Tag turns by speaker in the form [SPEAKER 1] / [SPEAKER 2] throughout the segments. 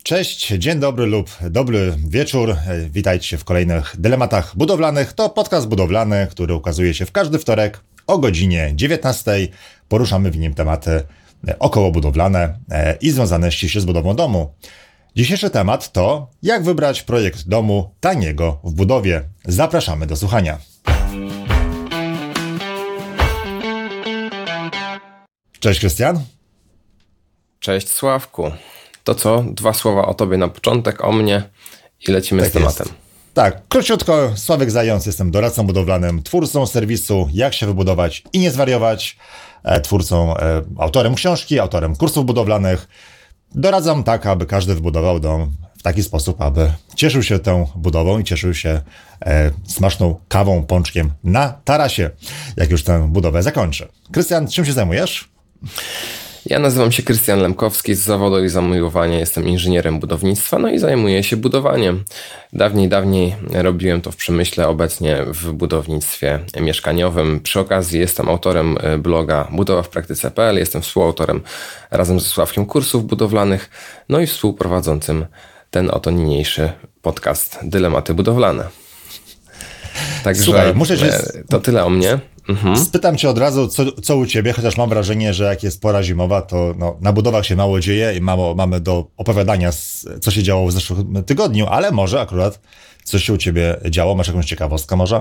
[SPEAKER 1] Cześć, dzień dobry lub dobry wieczór. Witajcie w kolejnych dylematach budowlanych. To podcast budowlany, który ukazuje się w każdy wtorek o godzinie 19. Poruszamy w nim tematy okołobudowlane i związane ściśle z budową domu. Dzisiejszy temat to jak wybrać projekt domu taniego w budowie. Zapraszamy do słuchania. Cześć Krystian.
[SPEAKER 2] Cześć Sławku. To co? 2 słowa o tobie na początek, o mnie i lecimy tak z tematem.
[SPEAKER 1] Jest. Tak, króciutko, Sławek Zając, jestem doradcą budowlanym, twórcą serwisu Jak się wybudować i nie zwariować, autorem książki, autorem kursów budowlanych. Doradzam tak, aby każdy wybudował dom w taki sposób, aby cieszył się tą budową i cieszył się smaczną kawą, pączkiem na tarasie, jak już tę budowę zakończy. Krystian, czym się zajmujesz?
[SPEAKER 2] Ja nazywam się Krystian Lemkowski, z zawodu i zamiłowania jestem inżynierem budownictwa, no i zajmuję się budowaniem. Dawniej robiłem to w przemyśle, obecnie w budownictwie mieszkaniowym. Przy okazji jestem autorem bloga budowawpraktyce.pl, jestem współautorem razem ze Sławkiem kursów budowlanych, no i współprowadzącym ten oto niniejszy podcast Dylematy budowlane. Także słuchaj, to tyle o mnie.
[SPEAKER 1] Spytam cię od razu, co u ciebie, chociaż mam wrażenie, że jak jest pora zimowa, to na budowach się mało dzieje i mamy do opowiadania, co się działo w zeszłym tygodniu, ale może akurat coś się u ciebie działo, masz jakąś ciekawostkę może?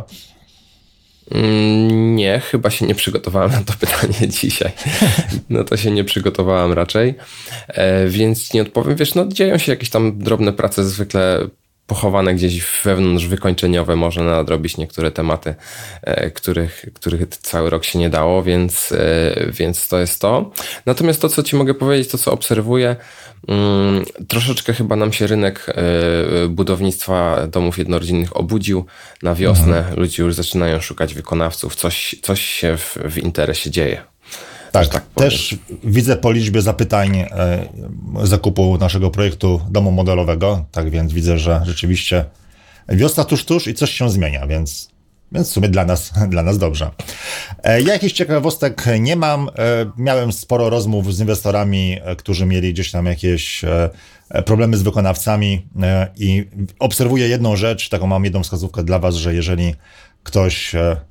[SPEAKER 2] Nie, chyba się nie przygotowałem na to pytanie dzisiaj. No to się nie przygotowałem raczej, więc nie odpowiem. Wiesz, dzieją się jakieś tam drobne prace zwykle pochowane gdzieś wewnątrz, wykończeniowe, można nadrobić niektóre tematy, których cały rok się nie dało, więc to jest to. Natomiast to, co ci mogę powiedzieć, to co obserwuję, troszeczkę chyba nam się rynek budownictwa domów jednorodzinnych obudził na wiosnę. Ludzie już zaczynają szukać wykonawców, coś się w interesie dzieje.
[SPEAKER 1] Tak też widzę po liczbie zapytań zakupu naszego projektu domu modelowego, tak więc widzę, że rzeczywiście wiosna tuż i coś się zmienia, więc w sumie dla nas dobrze. Ja jakichś ciekawostek nie mam. Miałem sporo rozmów z inwestorami, którzy mieli gdzieś tam jakieś problemy z wykonawcami i obserwuję jedną rzecz, taką mam jedną wskazówkę dla was, że jeżeli ktoś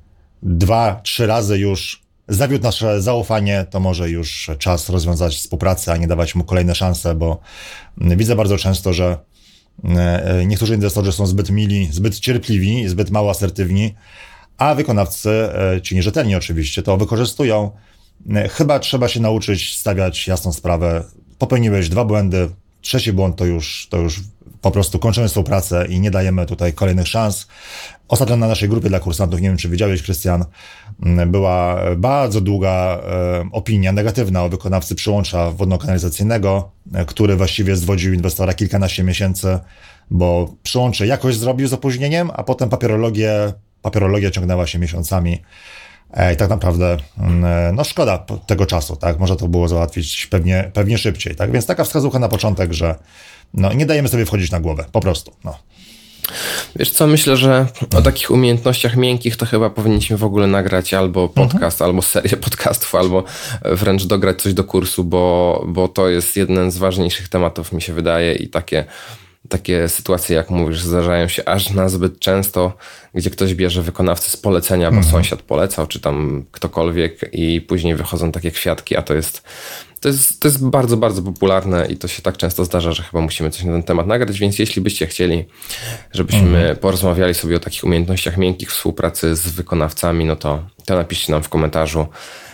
[SPEAKER 1] 2-3 razy już zawiódł nasze zaufanie, to może już czas rozwiązać współpracę, a nie dawać mu kolejne szanse, bo widzę bardzo często, że niektórzy inwestorzy są zbyt mili, zbyt cierpliwi i zbyt mało asertywni, a wykonawcy, ci nierzetelni oczywiście, to wykorzystują. Chyba trzeba się nauczyć stawiać jasną sprawę. Popełniłeś 2 błędy, 3. błąd to już po prostu kończymy współpracę i nie dajemy tutaj kolejnych szans. Ostatnio na naszej grupie dla kursantów, nie wiem czy widziałeś, Krystian, była bardzo długa opinia negatywna o wykonawcy przyłącza wodno-kanalizacyjnego, który właściwie zwodził inwestora kilkanaście miesięcy, bo przyłącze jakoś zrobił z opóźnieniem, a potem papierologia ciągnęła się miesiącami. I tak naprawdę szkoda tego czasu, tak? Można to było załatwić pewnie szybciej, tak? Więc taka wskazówka na początek, że nie dajemy sobie wchodzić na głowę, po prostu.
[SPEAKER 2] Wiesz co, myślę, że o takich umiejętnościach miękkich to chyba powinniśmy w ogóle nagrać albo podcast, albo serię podcastów, albo wręcz dograć coś do kursu, bo to jest jeden z ważniejszych tematów, mi się wydaje, i takie sytuacje, jak mówisz, zdarzają się aż nazbyt często, gdzie ktoś bierze wykonawcę z polecenia, bo sąsiad polecał, czy tam ktokolwiek, i później wychodzą takie kwiatki, a to jest bardzo, bardzo popularne i to się tak często zdarza, że chyba musimy coś na ten temat nagrać, więc jeśli byście chcieli, żebyśmy porozmawiali sobie o takich umiejętnościach miękkich współpracy z wykonawcami, no to napiszcie nam w komentarzu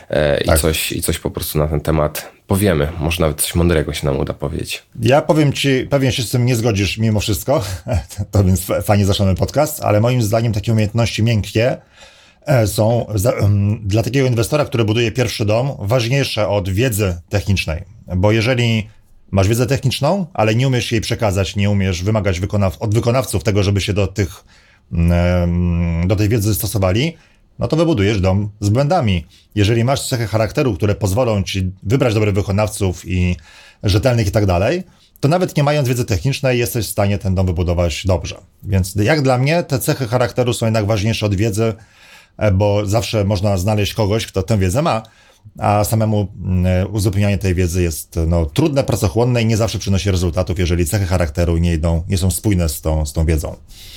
[SPEAKER 2] i coś po prostu na ten temat powiemy. Może nawet coś mądrego się nam uda powiedzieć. Ja powiem ci, pewnie się z tym nie zgodzisz mimo wszystko, to więc fajnie zaczynamy podcast, ale moim zdaniem takie umiejętności miękkie są dla takiego inwestora, który buduje pierwszy dom, ważniejsze od wiedzy technicznej. Bo jeżeli masz wiedzę techniczną, ale nie umiesz jej przekazać, nie umiesz wymagać od wykonawców tego, żeby się do tej wiedzy stosowali, no to wybudujesz dom z błędami. Jeżeli masz cechy charakteru, które pozwolą ci wybrać dobrych wykonawców i rzetelnych i tak dalej, to nawet nie mając wiedzy technicznej jesteś w stanie ten dom wybudować dobrze. Więc jak dla mnie te cechy charakteru są jednak ważniejsze od wiedzy, bo zawsze można znaleźć kogoś, kto tę wiedzę ma.
[SPEAKER 1] a samemu uzupełnianie tej wiedzy jest trudne, pracochłonne i nie zawsze przynosi rezultatów, jeżeli cechy charakteru nie są spójne z tą wiedzą.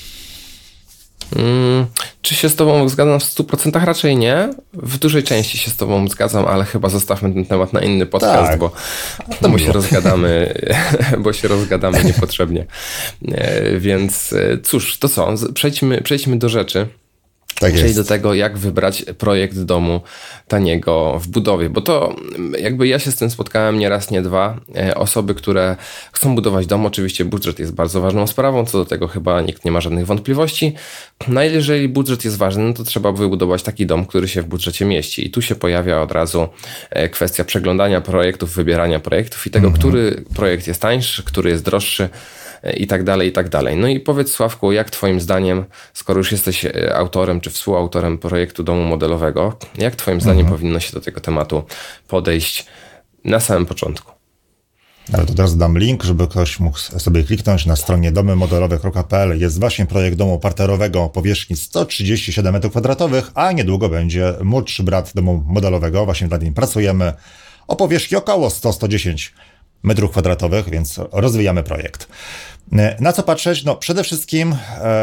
[SPEAKER 2] Czy się z tobą zgadzam w 100%? Raczej nie. W dużej części się z tobą zgadzam, ale chyba zostawmy ten temat na inny podcast,
[SPEAKER 1] tak,
[SPEAKER 2] bo się rozgadamy niepotrzebnie. Więc cóż, to co? Przejdźmy do rzeczy. Czyli do tego, jak wybrać projekt domu taniego w budowie, bo to jakby ja się z tym spotkałem nie raz, nie dwa. Osoby, które chcą budować dom, oczywiście budżet jest bardzo ważną sprawą, co do tego chyba nikt nie ma żadnych wątpliwości. No i jeżeli budżet jest ważny, no to trzeba wybudować taki dom, który się w budżecie mieści. I tu się pojawia od razu kwestia przeglądania projektów, wybierania projektów i tego, który projekt jest tańszy, który jest droższy, i tak dalej, i tak dalej. No i powiedz, Sławku, jak twoim zdaniem, skoro już jesteś autorem czy współautorem projektu domu modelowego, jak twoim zdaniem powinno się do tego tematu podejść na samym początku?
[SPEAKER 1] Ale to teraz dam link, żeby ktoś mógł sobie kliknąć na stronie domymodelowe.pl. Jest właśnie projekt domu parterowego o powierzchni 137 m2, a niedługo będzie młodszy brat domu modelowego. Właśnie nad nim pracujemy o powierzchni około 100-110 m2, więc rozwijamy projekt. Na co patrzeć? No przede wszystkim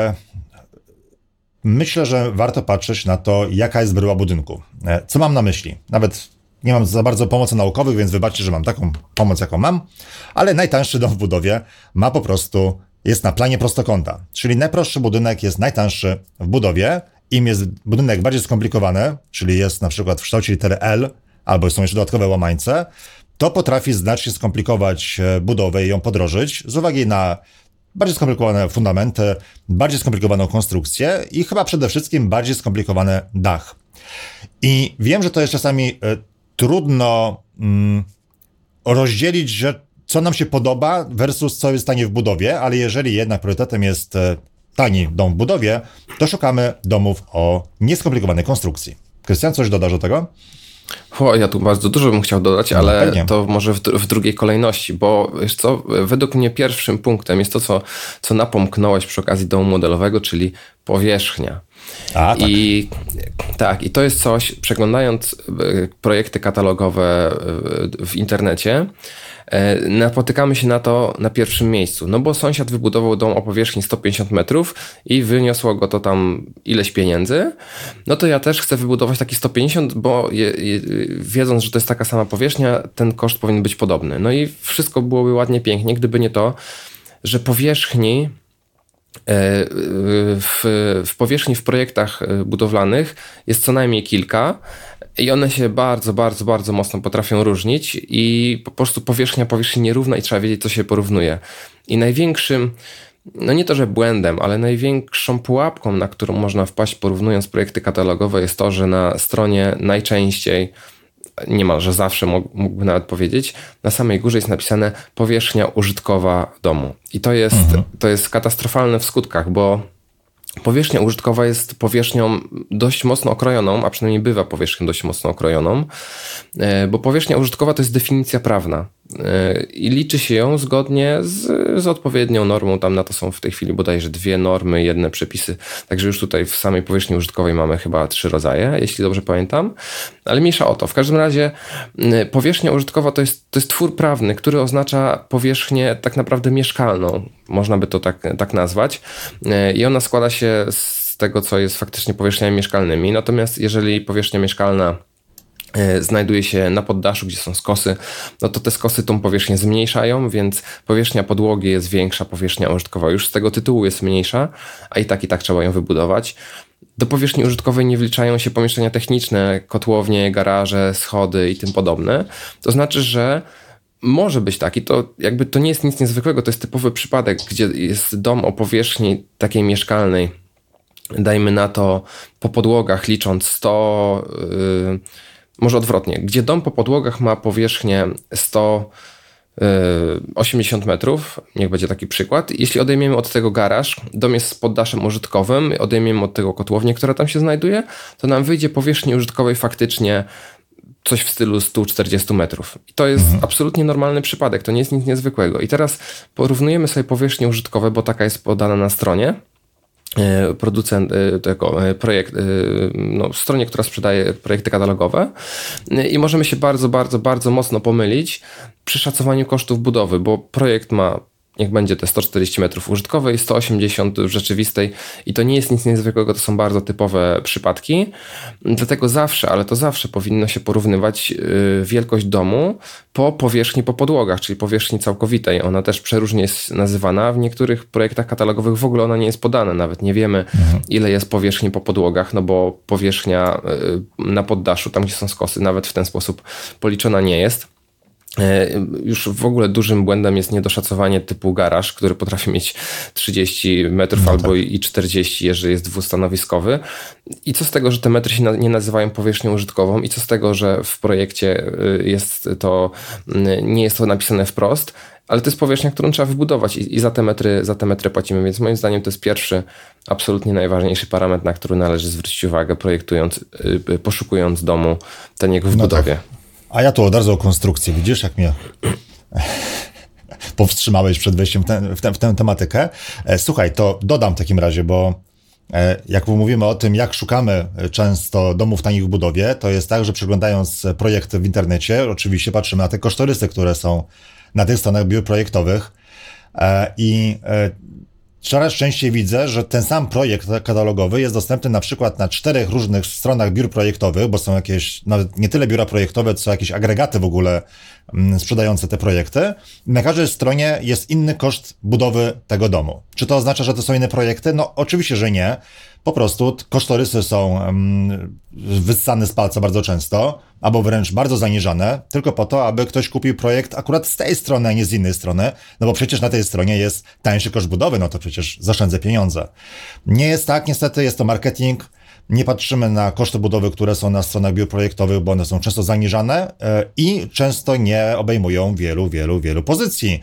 [SPEAKER 1] myślę, że warto patrzeć na to, jaka jest bryła budynku. Co mam na myśli? Nawet nie mam za bardzo pomocy naukowych, więc wybaczcie, że mam taką pomoc, jaką mam, ale najtańszy dom w budowie jest na planie prostokąta. Czyli najprostszy budynek jest najtańszy w budowie. Im jest budynek bardziej skomplikowany, czyli jest na przykład w kształcie litery L, albo są jeszcze dodatkowe łamańce, to potrafi znacznie skomplikować budowę i ją podrożyć z uwagi na bardziej skomplikowane fundamenty, bardziej skomplikowaną konstrukcję i chyba przede wszystkim bardziej skomplikowany dach. I wiem, że to jest czasami trudno rozdzielić, że co nam się podoba versus co jest tanie w budowie, ale jeżeli jednak priorytetem jest tani dom w budowie, to domów o nieskomplikowanej konstrukcji. Krystian, coś dodasz do tego?
[SPEAKER 2] Ja tu bardzo dużo bym chciał dodać, ale pewnie. To może w drugiej kolejności, bo wiesz co, według mnie pierwszym punktem jest to, co napomknąłeś przy okazji domu modelowego, czyli powierzchnia.
[SPEAKER 1] Tak.
[SPEAKER 2] I to jest coś, przeglądając projekty katalogowe w internecie, napotykamy się na to na pierwszim miejscu, no bo sąsiad wybudował dom o powierzchni 150 metrów i wyniosło go to tam ileś pieniędzy, no to ja też chcę wybudować taki 150, bo wiedząc, że to jest taka sama powierzchnia, ten koszt powinien być podobny. No i wszystko byłoby ładnie, pięknie, gdyby nie to, że powierzchni w powierzchni w projektach budowlanych jest co najmniej kilka i one się bardzo, bardzo, bardzo mocno potrafią różnić i po prostu powierzchnia nierówna i trzeba wiedzieć, co się porównuje. I największym, no nie to, że błędem, ale największą pułapką, na którą można wpaść porównując projekty katalogowe jest to, że na stronie najczęściej, niemalże zawsze mógłbym nawet powiedzieć, na samej górze jest napisane powierzchnia użytkowa domu. I to jest katastrofalne w skutkach, bo powierzchnia użytkowa jest powierzchnią dość mocno okrojoną, a przynajmniej bywa powierzchnią dość mocno okrojoną, bo powierzchnia użytkowa to jest definicja prawna i liczy się ją zgodnie z odpowiednią normą. Tam na to są w tej chwili bodajże 2 normy, 1 przepisy, także już tutaj w samej powierzchni użytkowej mamy chyba 3 rodzaje, jeśli dobrze pamiętam, ale mniejsza o to. W każdym razie powierzchnia użytkowa to jest twór prawny, który oznacza powierzchnię tak naprawdę mieszkalną, można by to tak nazwać, i ona składa się z tego, co jest faktycznie powierzchniami mieszkalnymi. Natomiast jeżeli powierzchnia mieszkalna znajduje się na poddaszu, gdzie są skosy, no to te skosy tą powierzchnię zmniejszają, więc powierzchnia podłogi jest większa, powierzchnia użytkowa już z tego tytułu jest mniejsza, a i tak trzeba ją wybudować. Do powierzchni użytkowej nie wliczają się pomieszczenia techniczne, kotłownie, garaże, schody i tym podobne. To znaczy, że może być tak i to nie jest nic niezwykłego, to jest typowy przypadek, gdzie jest dom o powierzchni takiej mieszkalnej, dajmy na to po podłogach licząc 100, może odwrotnie, gdzie dom po podłogach ma powierzchnię 180 metrów, niech będzie taki przykład. Jeśli odejmiemy od tego garaż, dom jest z poddaszem użytkowym, odejmiemy od tego kotłownię, która tam się znajduje, to nam wyjdzie powierzchni użytkowej faktycznie coś w stylu 140 metrów. I to jest absolutnie normalny przypadek, to nie jest nic niezwykłego. I teraz porównujemy sobie powierzchnie użytkowe, bo taka jest podana na stronie. producent tego projekt, stronie, która sprzedaje projekty katalogowe i możemy się bardzo, bardzo, bardzo mocno pomylić przy szacowaniu kosztów budowy, bo projekt ma, niech będzie te 140 metrów użytkowej, 180 w rzeczywistej i to nie jest nic niezwykłego, to są bardzo typowe przypadki. Dlatego zawsze, ale to zawsze powinno się porównywać wielkość domu po powierzchni, po podłogach, czyli powierzchni całkowitej. Ona też przeróżnie jest nazywana. W niektórych projektach katalogowych w ogóle ona nie jest podana. Nawet nie wiemy, ile jest powierzchni po podłogach, no bo powierzchnia na poddaszu, tam gdzie są skosy, nawet w ten sposób policzona nie jest. Już w ogóle dużym błędem jest niedoszacowanie typu garaż, który potrafi mieć 30 metrów albo i 40, jeżeli jest dwustanowiskowy. I co z tego, że te metry się nie nazywają powierzchnią użytkową i co z tego, że w projekcie nie jest to napisane wprost, ale to jest powierzchnia, którą trzeba wybudować i za te metry płacimy. Więc moim zdaniem to jest pierwszy, absolutnie najważniejszy parametr, na który należy zwrócić uwagę, projektując, poszukując domu taniego w budowie.
[SPEAKER 1] Tak. A ja tu od razu o konstrukcji. Widzisz, jak mnie powstrzymałeś przed wejściem w tę tematykę. Słuchaj, to dodam w takim razie, bo jak mówimy o tym, jak szukamy często domów tanich w budowie, to jest tak, że przeglądając projekty w internecie, oczywiście patrzymy na te kosztorysy, które są na tych stronach biur projektowych i coraz częściej widzę, że ten sam projekt katalogowy jest dostępny na przykład na 4 różnych stronach biur projektowych, bo są jakieś, nawet nie tyle biura projektowe, co jakieś agregaty w ogóle sprzedające te projekty. Na każdej stronie jest inny koszt budowy tego domu. Czy to oznacza, że to są inne projekty? No oczywiście, że nie. Po prostu kosztorysy są wyssane z palca bardzo często, albo wręcz bardzo zaniżane, tylko po to, aby ktoś kupił projekt akurat z tej strony, a nie z innej strony, no bo przecież na tej stronie jest tańszy koszt budowy, no to przecież zaoszczędzę pieniądze. Nie jest tak, niestety jest to marketing. Nie patrzymy na koszty budowy, które są na stronach biur projektowych, bo one są często zaniżane i często nie obejmują wielu pozycji.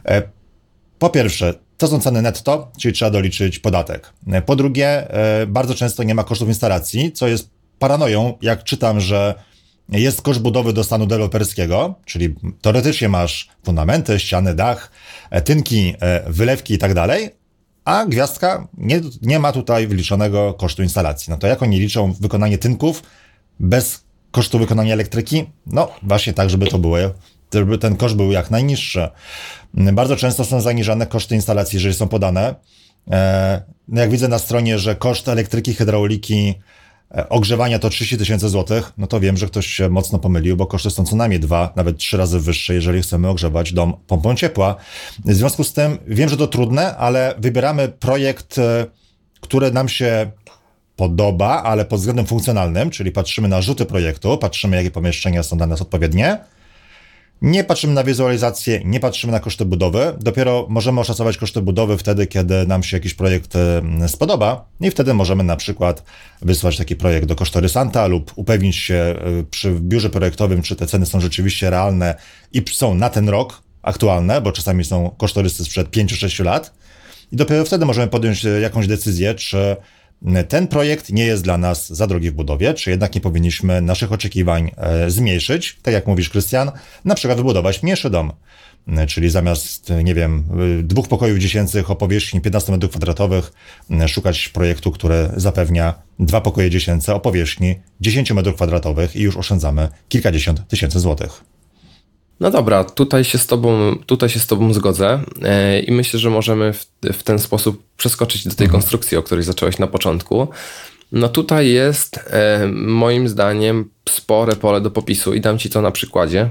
[SPEAKER 1] Po pierwsze, to są ceny netto, czyli trzeba doliczyć podatek. Po drugie, bardzo często nie ma kosztów instalacji, co jest paranoją, jak czytam, że jest koszt budowy do stanu deweloperskiego, czyli teoretycznie masz fundamenty, ściany, dach, tynki, wylewki i tak dalej, a gwiazdka nie ma tutaj wyliczonego kosztu instalacji. No to jak oni liczą wykonanie tynków bez kosztu wykonania elektryki? No właśnie tak, żeby ten koszt był jak najniższy. Bardzo często są zaniżane koszty instalacji, jeżeli są podane. Jak widzę na stronie, że koszt elektryki, hydrauliki, ogrzewania to 30 000 złotych, no to wiem, że ktoś się mocno pomylił, bo koszty są co najmniej 2, nawet 3 razy wyższe, jeżeli chcemy ogrzewać dom pompą ciepła. W związku z tym wiem, że to trudne, ale wybieramy projekt, który nam się podoba, ale pod względem funkcjonalnym, czyli patrzymy na rzuty projektu, patrzymy, jakie pomieszczenia są dla nas odpowiednie. Nie patrzymy na wizualizację, nie patrzymy na koszty budowy. Dopiero możemy oszacować koszty budowy wtedy, kiedy nam się jakiś projekt spodoba i wtedy możemy na przykład wysłać taki projekt do kosztorysanta lub upewnić się przy biurze projektowym, czy te ceny są rzeczywiście realne i są na ten rok aktualne, bo czasami są kosztorysy sprzed 5-6 lat. I dopiero wtedy możemy podjąć jakąś decyzję, czy ten projekt nie jest dla nas za drogi w budowie, czy jednak nie powinniśmy naszych oczekiwań zmniejszyć, tak jak mówisz, Krystian, na przykład wybudować mniejszy dom, czyli zamiast, 2 pokojów dziecięcych o powierzchni 15 m2 szukać projektu, który zapewnia 2 pokoje dziecięce o powierzchni 10 m2 i już oszczędzamy kilkadziesiąt tysięcy złotych.
[SPEAKER 2] No dobra, tutaj się z tobą zgodzę i myślę, że możemy w ten sposób przeskoczyć do tej konstrukcji, o której zacząłeś na początku. No tutaj jest moim zdaniem spore pole do popisu i dam ci to na przykładzie,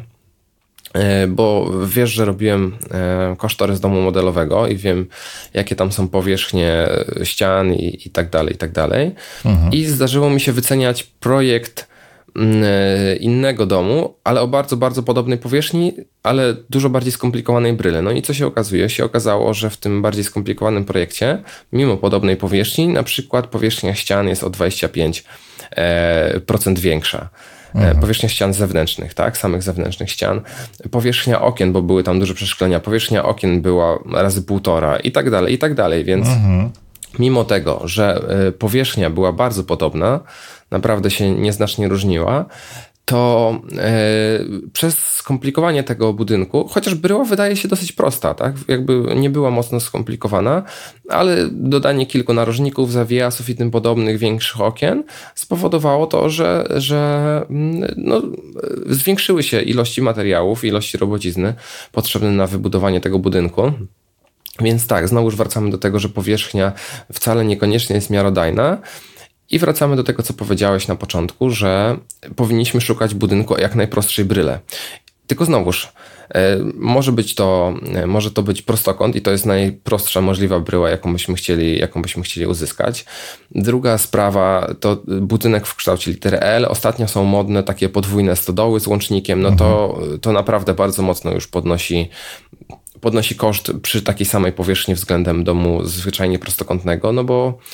[SPEAKER 2] bo wiesz, że robiłem kosztorys domu modelowego i wiem, jakie tam są powierzchnie ścian i tak dalej, i tak dalej. I zdarzyło mi się wyceniać projekt innego domu, ale o bardzo, bardzo podobnej powierzchni, ale dużo bardziej skomplikowanej bryle. No i co się okazuje? Się okazało, że w tym bardziej skomplikowanym projekcie, mimo podobnej powierzchni, na przykład powierzchnia ścian jest o 25% większa. Powierzchnia ścian zewnętrznych, tak? Samych zewnętrznych ścian. Powierzchnia okien, bo były tam duże przeszklenia. Powierzchnia okien była razy 1,5 i tak dalej, więc mimo tego, że powierzchnia była bardzo podobna, naprawdę się nieznacznie różniła, to przez skomplikowanie tego budynku, chociaż bryła wydaje się dosyć prosta, tak? Jakby nie była mocno skomplikowana, ale dodanie kilku narożników, zawijasów i tym podobnych większych okien spowodowało to, że zwiększyły się ilości materiałów, ilości robocizny potrzebne na wybudowanie tego budynku. Więc tak, znowu już wracamy do tego, że powierzchnia wcale niekoniecznie jest miarodajna. I wracamy do tego, co powiedziałeś na początku, że powinniśmy szukać budynku o jak najprostszej bryle. Tylko znowuż, może to być prostokąt i to jest najprostsza możliwa bryła, jaką byśmy chcieli uzyskać. Druga sprawa to budynek w kształcie litery L. Ostatnio są modne takie podwójne stodoły z łącznikiem. No to naprawdę bardzo mocno już podnosi koszt przy takiej samej powierzchni względem domu zwyczajnie prostokątnego, no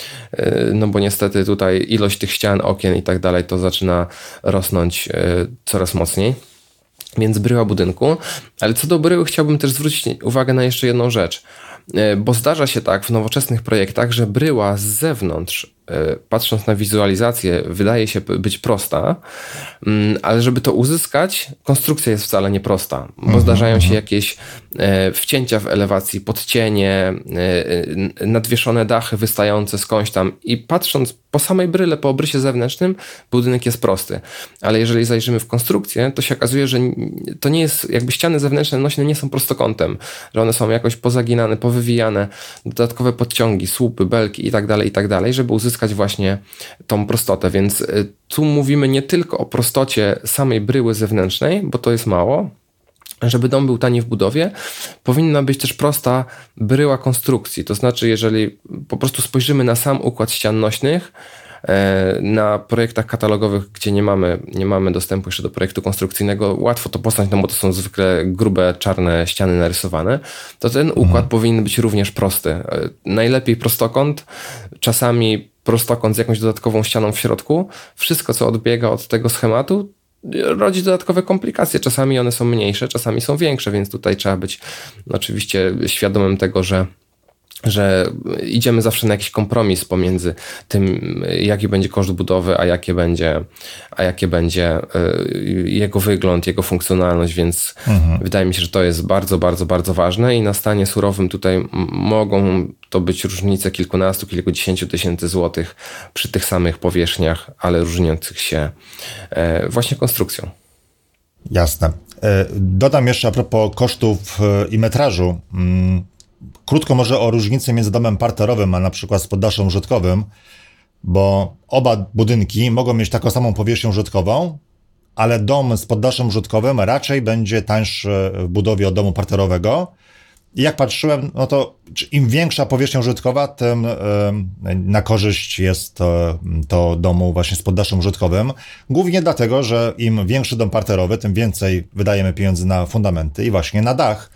[SPEAKER 2] bo niestety tutaj ilość tych ścian, okien i tak dalej to zaczyna rosnąć coraz mocniej. Więc bryła budynku. Ale co do bryły chciałbym też zwrócić uwagę na jeszcze jedną rzecz. Bo zdarza się tak w nowoczesnych projektach, że bryła z zewnątrz, patrząc na wizualizację, wydaje się być prosta, ale żeby to uzyskać, konstrukcja jest wcale nie prosta, bo zdarzają się jakieś wcięcia w elewacji, podcienie, nadwieszone dachy wystające skądś tam i patrząc po samej bryle, po obrysie zewnętrznym, budynek jest prosty. Ale jeżeli zajrzymy w konstrukcję, to się okazuje, że to nie jest, jakby ściany zewnętrzne nośne nie są prostokątem, że one są jakoś pozaginane, powywijane, dodatkowe podciągi, słupy, belki i tak dalej, żeby uzyskać właśnie tą prostotę. Więc tu mówimy nie tylko o prostocie samej bryły zewnętrznej, bo to jest mało. Żeby dom był tani w budowie, powinna być też prosta bryła konstrukcji. To znaczy, jeżeli po prostu spojrzymy na sam układ ścian nośnych, na projektach katalogowych, gdzie nie mamy dostępu jeszcze do projektu konstrukcyjnego, łatwo to poznać, no bo to są zwykle grube, czarne ściany narysowane, to ten układ powinien być również prosty. Najlepiej prostokąt, czasami prostokąt z jakąś dodatkową ścianą w środku. Wszystko, co odbiega od tego schematu, rodzi dodatkowe komplikacje. Czasami one są mniejsze, czasami są większe, więc tutaj trzeba być oczywiście świadomym tego, że idziemy zawsze na jakiś kompromis pomiędzy tym, jaki będzie koszt budowy, a jakie będzie jego wygląd, jego funkcjonalność, więc wydaje mi się, że to jest bardzo, bardzo, bardzo ważne i na stanie surowym tutaj mogą to być różnice kilkunastu, kilkudziesięciu tysięcy złotych przy tych samych powierzchniach, ale różniących się właśnie konstrukcją.
[SPEAKER 1] Jasne. Dodam jeszcze a propos kosztów i metrażu. Krótko może o różnicy między domem parterowym, a na przykład z poddaszem użytkowym, bo oba budynki mogą mieć taką samą powierzchnię użytkową, ale dom z poddaszem użytkowym raczej będzie tańszy w budowie od domu parterowego. I jak patrzyłem, no to im większa powierzchnia użytkowa, tym na korzyść jest to domu właśnie z poddaszem użytkowym. Głównie dlatego, że im większy dom parterowy, tym więcej wydajemy pieniędzy na fundamenty i właśnie na dach.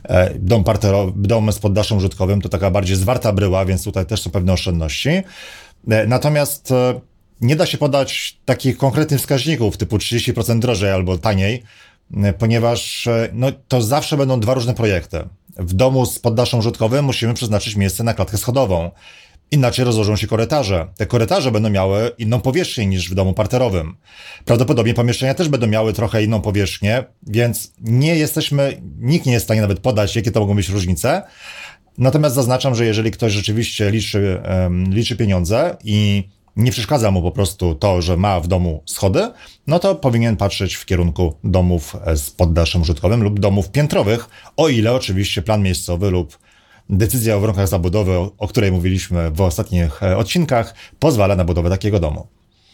[SPEAKER 1] Dom z poddaszem użytkowym to taka bardziej zwarta bryła, więc tutaj też są pewne oszczędności. Natomiast nie da się podać takich konkretnych wskaźników typu 30% drożej albo taniej, ponieważ no, to zawsze będą dwa różne projekty. W domu z poddaszem użytkowym musimy przeznaczyć miejsce na klatkę schodową. Inaczej rozłożą się korytarze. Te korytarze będą miały inną powierzchnię niż w domu parterowym. Prawdopodobnie pomieszczenia też będą miały trochę inną powierzchnię, więc nikt nie jest w stanie nawet podać, jakie to mogą być różnice. Natomiast zaznaczam, że jeżeli ktoś rzeczywiście liczy pieniądze i nie przeszkadza mu po prostu to, że ma w domu schody, no to powinien patrzeć w kierunku domów z poddaszem użytkowym lub domów piętrowych, o ile oczywiście plan miejscowy lub decyzja o warunkach zabudowy, o której mówiliśmy w ostatnich odcinkach, pozwala na budowę takiego domu.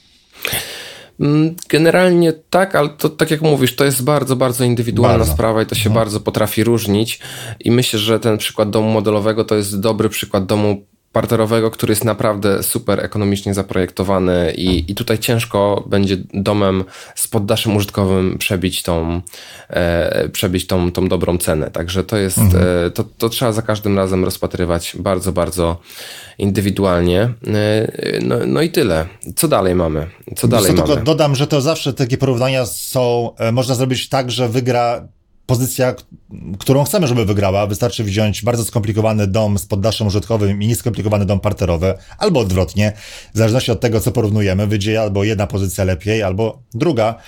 [SPEAKER 2] Generalnie tak, ale to tak jak mówisz, to jest bardzo, bardzo indywidualna sprawa i to się bardzo potrafi różnić i myślę, że ten przykład domu modelowego to jest dobry przykład domu parterowego, który jest naprawdę super ekonomicznie zaprojektowany i tutaj ciężko będzie domem z poddaszem użytkowym przebić tą dobrą cenę. Także to jest, to trzeba za każdym razem rozpatrywać bardzo, bardzo indywidualnie. No i tyle. Co dalej mamy?
[SPEAKER 1] Tylko dodam, że to zawsze takie porównania można zrobić tak, że wygra pozycja, którą chcemy, żeby wygrała. Wystarczy wziąć bardzo skomplikowany dom z poddaszem użytkowym i nieskomplikowany dom parterowy, albo odwrotnie. W zależności od tego, co porównujemy, wyjdzie albo jedna pozycja lepiej, albo druga.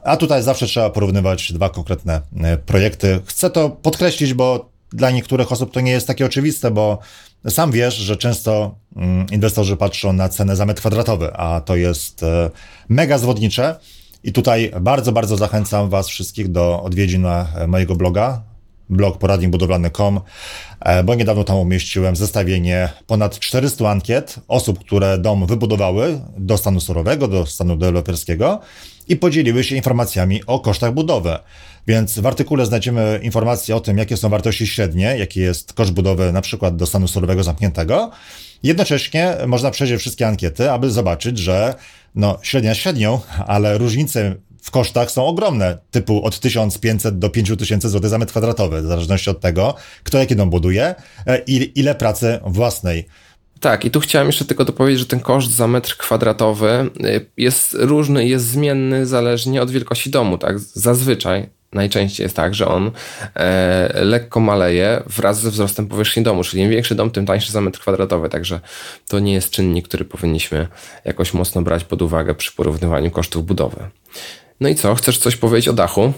[SPEAKER 1] A tutaj zawsze trzeba porównywać dwa konkretne projekty. Chcę to podkreślić, bo dla niektórych osób to nie jest takie oczywiste, bo sam wiesz, że często inwestorzy patrzą na cenę za metr kwadratowy, a to jest mega zwodnicze. I tutaj bardzo, bardzo zachęcam Was wszystkich do odwiedzin na mojego bloga, blog poradnikbudowlany.com, bo niedawno tam umieściłem zestawienie ponad 400 ankiet osób, które dom wybudowały do stanu surowego, do stanu deweloperskiego i podzieliły się informacjami o kosztach budowy. Więc w artykule znajdziemy informacje o tym, jakie są wartości średnie, jaki jest koszt budowy na przykład do stanu surowego zamkniętego. Jednocześnie można przejrzeć wszystkie ankiety, aby zobaczyć, że średnia średnią, ale różnice w kosztach są ogromne, typu od 1500 do 5000 zł za metr kwadratowy, w zależności od tego, kto jaki dom buduje i ile pracy własnej.
[SPEAKER 2] Tak, i tu chciałem jeszcze tylko dopowiedzieć, że ten koszt za metr kwadratowy jest różny, jest zmienny zależnie od wielkości domu, tak? Zazwyczaj, najczęściej jest tak, że on lekko maleje wraz ze wzrostem powierzchni domu, czyli im większy dom, tym tańszy za metr kwadratowy, także to nie jest czynnik, który powinniśmy jakoś mocno brać pod uwagę przy porównywaniu kosztów budowy. No i co, chcesz coś powiedzieć o dachu?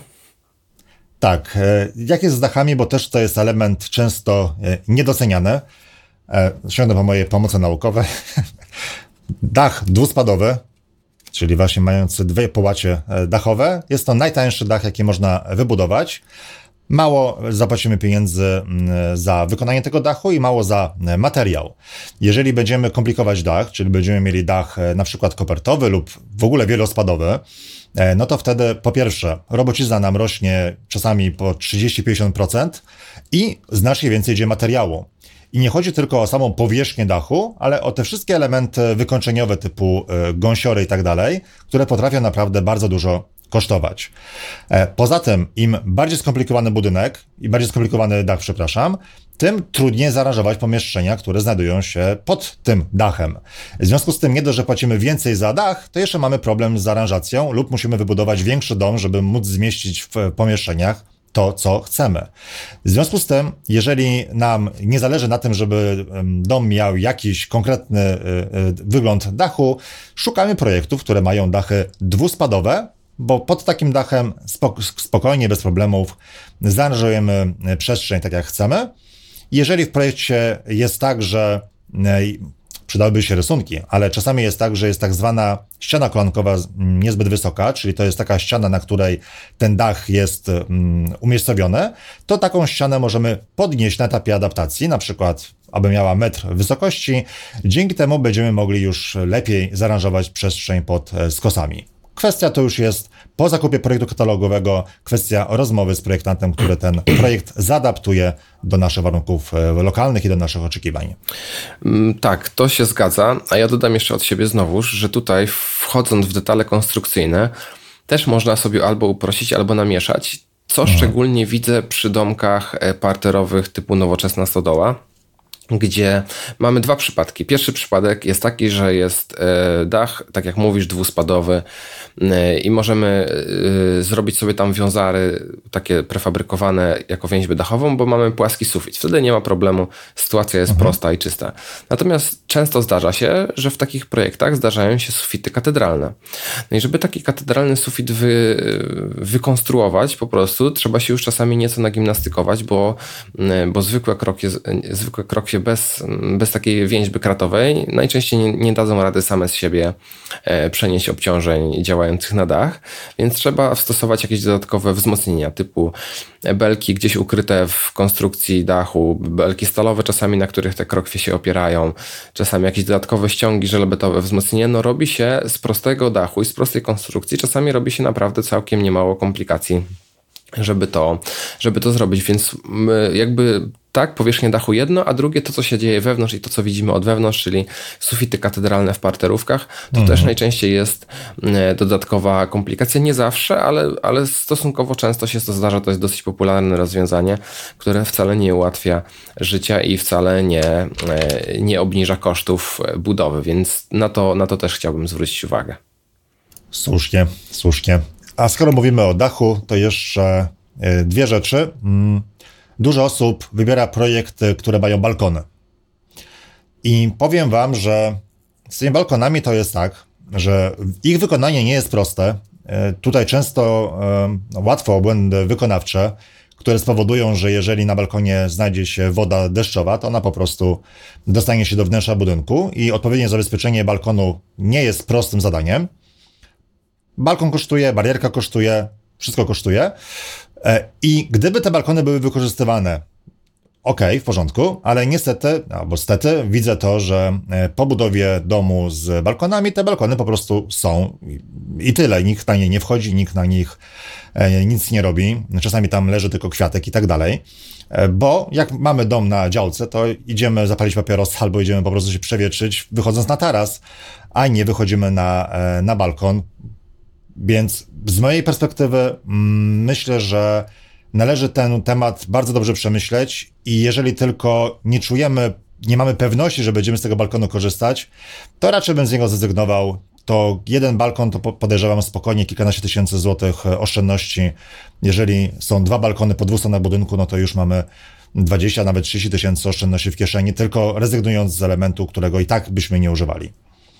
[SPEAKER 1] Tak, jak jest z dachami, bo też to jest element często niedoceniany. Sięgnę po moje pomoce naukowe. Dach dwuspadowy, czyli właśnie mający dwie połacie dachowe, jest to najtańszy dach, jaki można wybudować. Mało zapłacimy pieniędzy za wykonanie tego dachu i mało za materiał. Jeżeli będziemy komplikować dach, czyli będziemy mieli dach na przykład kopertowy lub w ogóle wielospadowy, no to wtedy po pierwsze robocizna nam rośnie czasami po 30-50% i znacznie więcej idzie materiału. I nie chodzi tylko o samą powierzchnię dachu, ale o te wszystkie elementy wykończeniowe typu gąsiory i tak dalej, które potrafią naprawdę bardzo dużo kosztować. Poza tym, im bardziej skomplikowany budynek i bardziej skomplikowany dach, tym trudniej zaaranżować pomieszczenia, które znajdują się pod tym dachem. W związku z tym nie dość, że płacimy więcej za dach, to jeszcze mamy problem z aranżacją lub musimy wybudować większy dom, żeby móc zmieścić w pomieszczeniach to, co chcemy. W związku z tym, jeżeli nam nie zależy na tym, żeby dom miał jakiś konkretny wygląd dachu, szukamy projektów, które mają dachy dwuspadowe, bo pod takim dachem spokojnie, bez problemów zaaranżujemy przestrzeń tak jak chcemy. Jeżeli w projekcie jest tak, że przydałyby się rysunki, ale czasami jest tak, że jest tak zwana ściana kolankowa niezbyt wysoka, czyli to jest taka ściana, na której ten dach jest umiejscowiony, to taką ścianę możemy podnieść na etapie adaptacji, na przykład aby miała metr wysokości. Dzięki temu będziemy mogli już lepiej zaaranżować przestrzeń pod skosami. Kwestia to już jest po zakupie projektu katalogowego, kwestia rozmowy z projektantem, który ten projekt zaadaptuje do naszych warunków lokalnych i do naszych oczekiwań.
[SPEAKER 2] Tak, to się zgadza, a ja dodam jeszcze od siebie znowuż, że tutaj wchodząc w detale konstrukcyjne też można sobie albo uprościć, albo namieszać, co szczególnie widzę przy domkach parterowych typu nowoczesna stodoła, gdzie mamy dwa przypadki. Pierwszy przypadek jest taki, że jest dach, tak jak mówisz, dwuspadowy i możemy zrobić sobie tam wiązary takie prefabrykowane jako więźbę dachową, bo mamy płaski sufit. Wtedy nie ma problemu, sytuacja jest prosta i czysta. Natomiast często zdarza się, że w takich projektach zdarzają się sufity katedralne. No i żeby taki katedralny sufit wykonstruować po prostu, trzeba się już czasami nieco nagimnastykować, bo zwykłe kroki bez takiej więźby kratowej najczęściej nie dadzą rady same z siebie przenieść obciążeń działających na dach, więc trzeba stosować jakieś dodatkowe wzmocnienia typu belki gdzieś ukryte w konstrukcji dachu, belki stalowe czasami, na których te krokwie się opierają, czasami jakieś dodatkowe ściągi żelbetowe, wzmocnienie. No robi się z prostego dachu i z prostej konstrukcji, czasami robi się naprawdę całkiem niemało komplikacji, żeby to zrobić, więc jakby tak, powierzchnia dachu jedno, a drugie to, co się dzieje wewnątrz i to, co widzimy od wewnątrz, czyli sufity katedralne w parterówkach, to też najczęściej jest dodatkowa komplikacja. Nie zawsze, ale stosunkowo często się to zdarza. To jest dosyć popularne rozwiązanie, które wcale nie ułatwia życia i wcale nie obniża kosztów budowy, więc na to też chciałbym zwrócić uwagę.
[SPEAKER 1] Słusznie. A skoro mówimy o dachu, to jeszcze dwie rzeczy. Dużo osób wybiera projekty, które mają balkony. I powiem wam, że z tymi balkonami to jest tak, że ich wykonanie nie jest proste. tutaj często łatwo o błędy wykonawcze, które spowodują, że jeżeli na balkonie znajdzie się woda deszczowa, to ona po prostu dostanie się do wnętrza budynku i odpowiednie zabezpieczenie balkonu nie jest prostym zadaniem. Balkon kosztuje, barierka kosztuje, wszystko kosztuje i gdyby te balkony były wykorzystywane, w porządku, ale niestety, albo stety, widzę to, że po budowie domu z balkonami te balkony po prostu są i tyle. Nikt na nie nie wchodzi, nikt na nich nic nie robi. Czasami tam leży tylko kwiatek i tak dalej. Bo jak mamy dom na działce, to idziemy zapalić papierosa albo idziemy po prostu się przewietrzyć, wychodząc na taras, a nie wychodzimy na balkon. Więc z mojej perspektywy myślę, że należy ten temat bardzo dobrze przemyśleć i jeżeli tylko nie mamy pewności, że będziemy z tego balkonu korzystać, to raczej bym z niego zrezygnował. To jeden balkon, to podejrzewam spokojnie kilkanaście tysięcy złotych oszczędności. Jeżeli są 2 balkony po 2 stronach budynku, no to już mamy 20, nawet 30 tysięcy oszczędności w kieszeni, tylko rezygnując z elementu, którego i tak byśmy nie używali.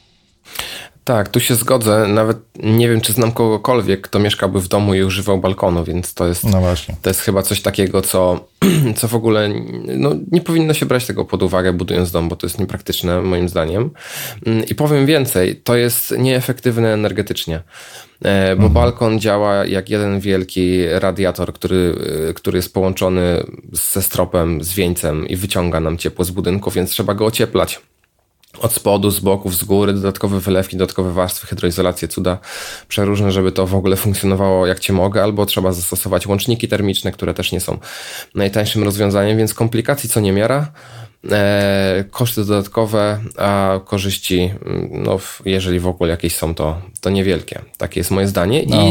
[SPEAKER 2] Tak, tu się zgodzę. Nawet nie wiem, czy znam kogokolwiek, kto mieszkałby w domu i używał balkonu, więc to jest,
[SPEAKER 1] no właśnie.
[SPEAKER 2] To jest chyba coś takiego, co w ogóle nie powinno się brać tego pod uwagę, budując dom, bo to jest niepraktyczne moim zdaniem. I powiem więcej, to jest nieefektywne energetycznie, bo balkon działa jak jeden wielki radiator, który jest połączony ze stropem, z wieńcem i wyciąga nam ciepło z budynku, więc trzeba go ocieplać. Od spodu, z boków, z góry, dodatkowe wylewki, dodatkowe warstwy, hydroizolacje, cuda przeróżne, żeby to w ogóle funkcjonowało jak cię mogę, albo trzeba zastosować łączniki termiczne, które też nie są najtańszym rozwiązaniem, więc komplikacji co niemiara, koszty dodatkowe, a korzyści, jeżeli w ogóle jakieś są, to niewielkie. Takie jest moje zdanie i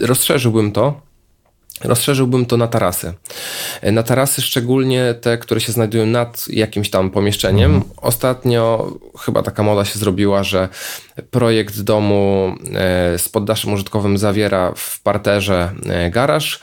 [SPEAKER 2] rozszerzyłbym to na tarasy. Na tarasy, szczególnie te, które się znajdują nad jakimś tam pomieszczeniem. Ostatnio chyba taka moda się zrobiła, że projekt domu z poddaszem użytkowym zawiera w parterze garaż,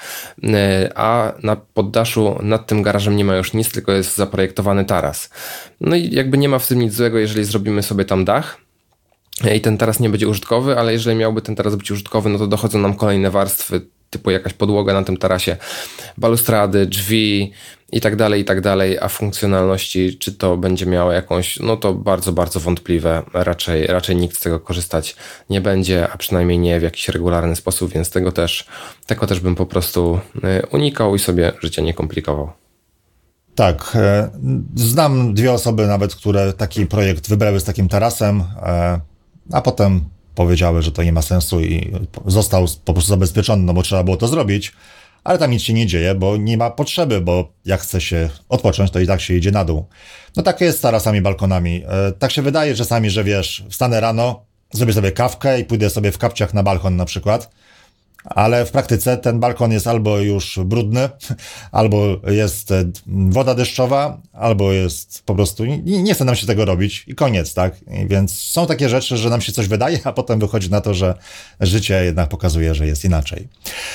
[SPEAKER 2] a na poddaszu nad tym garażem nie ma już nic, tylko jest zaprojektowany taras. No i jakby nie ma w tym nic złego, jeżeli zrobimy sobie tam dach i ten taras nie będzie użytkowy, ale jeżeli miałby ten taras być użytkowy, no to dochodzą nam kolejne warstwy, typu jakaś podłoga na tym tarasie, balustrady, drzwi i tak dalej, a funkcjonalności, czy to będzie miało jakąś, no to bardzo, bardzo wątpliwe. Raczej nikt z tego korzystać nie będzie, a przynajmniej nie w jakiś regularny sposób, więc tego też bym po prostu unikał i sobie życie nie komplikował.
[SPEAKER 1] Tak, znam 2 osoby nawet, które taki projekt wybrały z takim tarasem, a potem powiedziały, że to nie ma sensu i został po prostu zabezpieczony, no bo trzeba było to zrobić, ale tam nic się nie dzieje, bo nie ma potrzeby, bo jak chce się odpocząć, to i tak się idzie na dół. No tak jest z tarasami, balkonami. Tak się wydaje czasami, że wiesz, wstanę rano, zrobię sobie kawkę i pójdę sobie w kapciach na balkon na przykład, ale w praktyce ten balkon jest albo już brudny, albo jest woda deszczowa, albo jest po prostu, nie chce nam się tego robić i koniec, tak? Więc są takie rzeczy, że nam się coś wydaje, a potem wychodzi na to, że życie jednak pokazuje, że jest inaczej.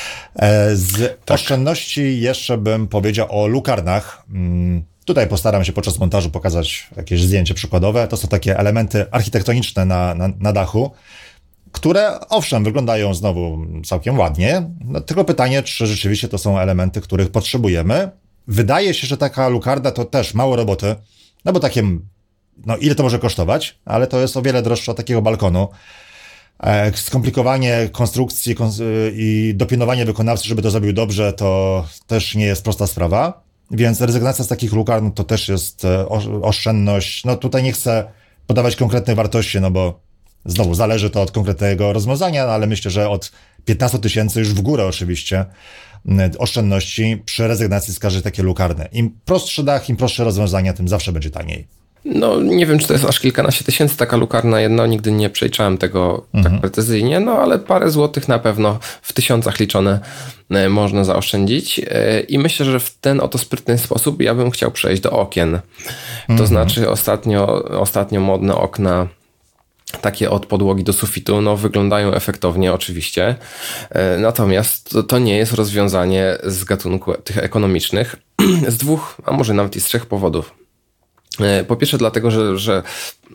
[SPEAKER 1] Z oszczędności jeszcze bym powiedział o lukarnach. Tutaj postaram się podczas montażu pokazać jakieś zdjęcie przykładowe. To są takie elementy architektoniczne na dachu, które owszem wyglądają znowu całkiem ładnie, no, tylko pytanie, czy rzeczywiście to są elementy, których potrzebujemy. Wydaje się, że taka lukarda to też mało roboty, no bo takie, no ile to może kosztować, ale to jest o wiele droższe od takiego balkonu. Skomplikowanie konstrukcji i dopilnowanie wykonawcy, żeby to zrobił dobrze, to też nie jest prosta sprawa, więc rezygnacja z takich lukarn to też jest oszczędność. No tutaj nie chcę podawać konkretnej wartości, no bo znowu zależy to od konkretnego rozwiązania, no ale myślę, że od 15 tysięcy już w górę oczywiście oszczędności przy rezygnacji z każdej takiej lukarny. Im prostszy dach, im prostsze rozwiązania, tym zawsze będzie taniej.
[SPEAKER 2] No nie wiem, czy to jest aż kilkanaście tysięcy taka lukarna jedna, nigdy nie przeliczałem tego tak precyzyjnie, no ale parę złotych na pewno w tysiącach liczone można zaoszczędzić i myślę, że w ten oto sprytny sposób ja bym chciał przejść do okien. To znaczy ostatnio modne okna takie od podłogi do sufitu, no wyglądają efektownie oczywiście, natomiast to nie jest rozwiązanie z gatunku tych ekonomicznych z 2, a może nawet i z 3 powodów. Po pierwsze dlatego, że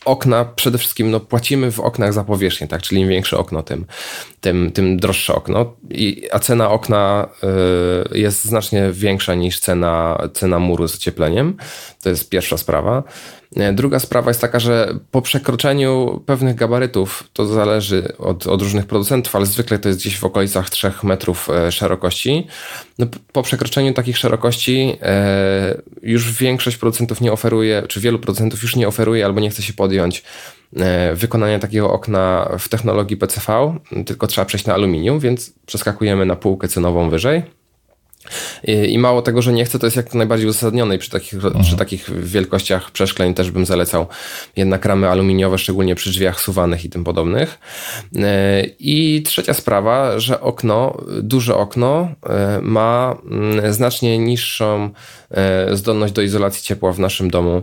[SPEAKER 2] okna przede wszystkim płacimy w oknach za powierzchnię, tak? Czyli im większe okno, tym droższe okno. A cena okna jest znacznie większa niż cena muru z ociepleniem. To jest pierwsza sprawa. Druga sprawa jest taka, że po przekroczeniu pewnych gabarytów, to zależy od różnych producentów, ale zwykle to jest gdzieś w okolicach 3 metrów szerokości. Po przekroczeniu takich szerokości już większość producentów nie oferuje, czy wielu producentów już nie oferuje albo nie chce się podjąć wykonania takiego okna w technologii PCV, tylko trzeba przejść na aluminium, więc przeskakujemy na półkę cenową wyżej. I mało tego, że nie chcę, to jest jak najbardziej uzasadnione i przy takich wielkościach przeszkleń też bym zalecał jednak ramy aluminiowe, szczególnie przy drzwiach suwanych i tym podobnych. I trzecia sprawa, że duże okno ma znacznie niższą zdolność do izolacji ciepła w naszym domu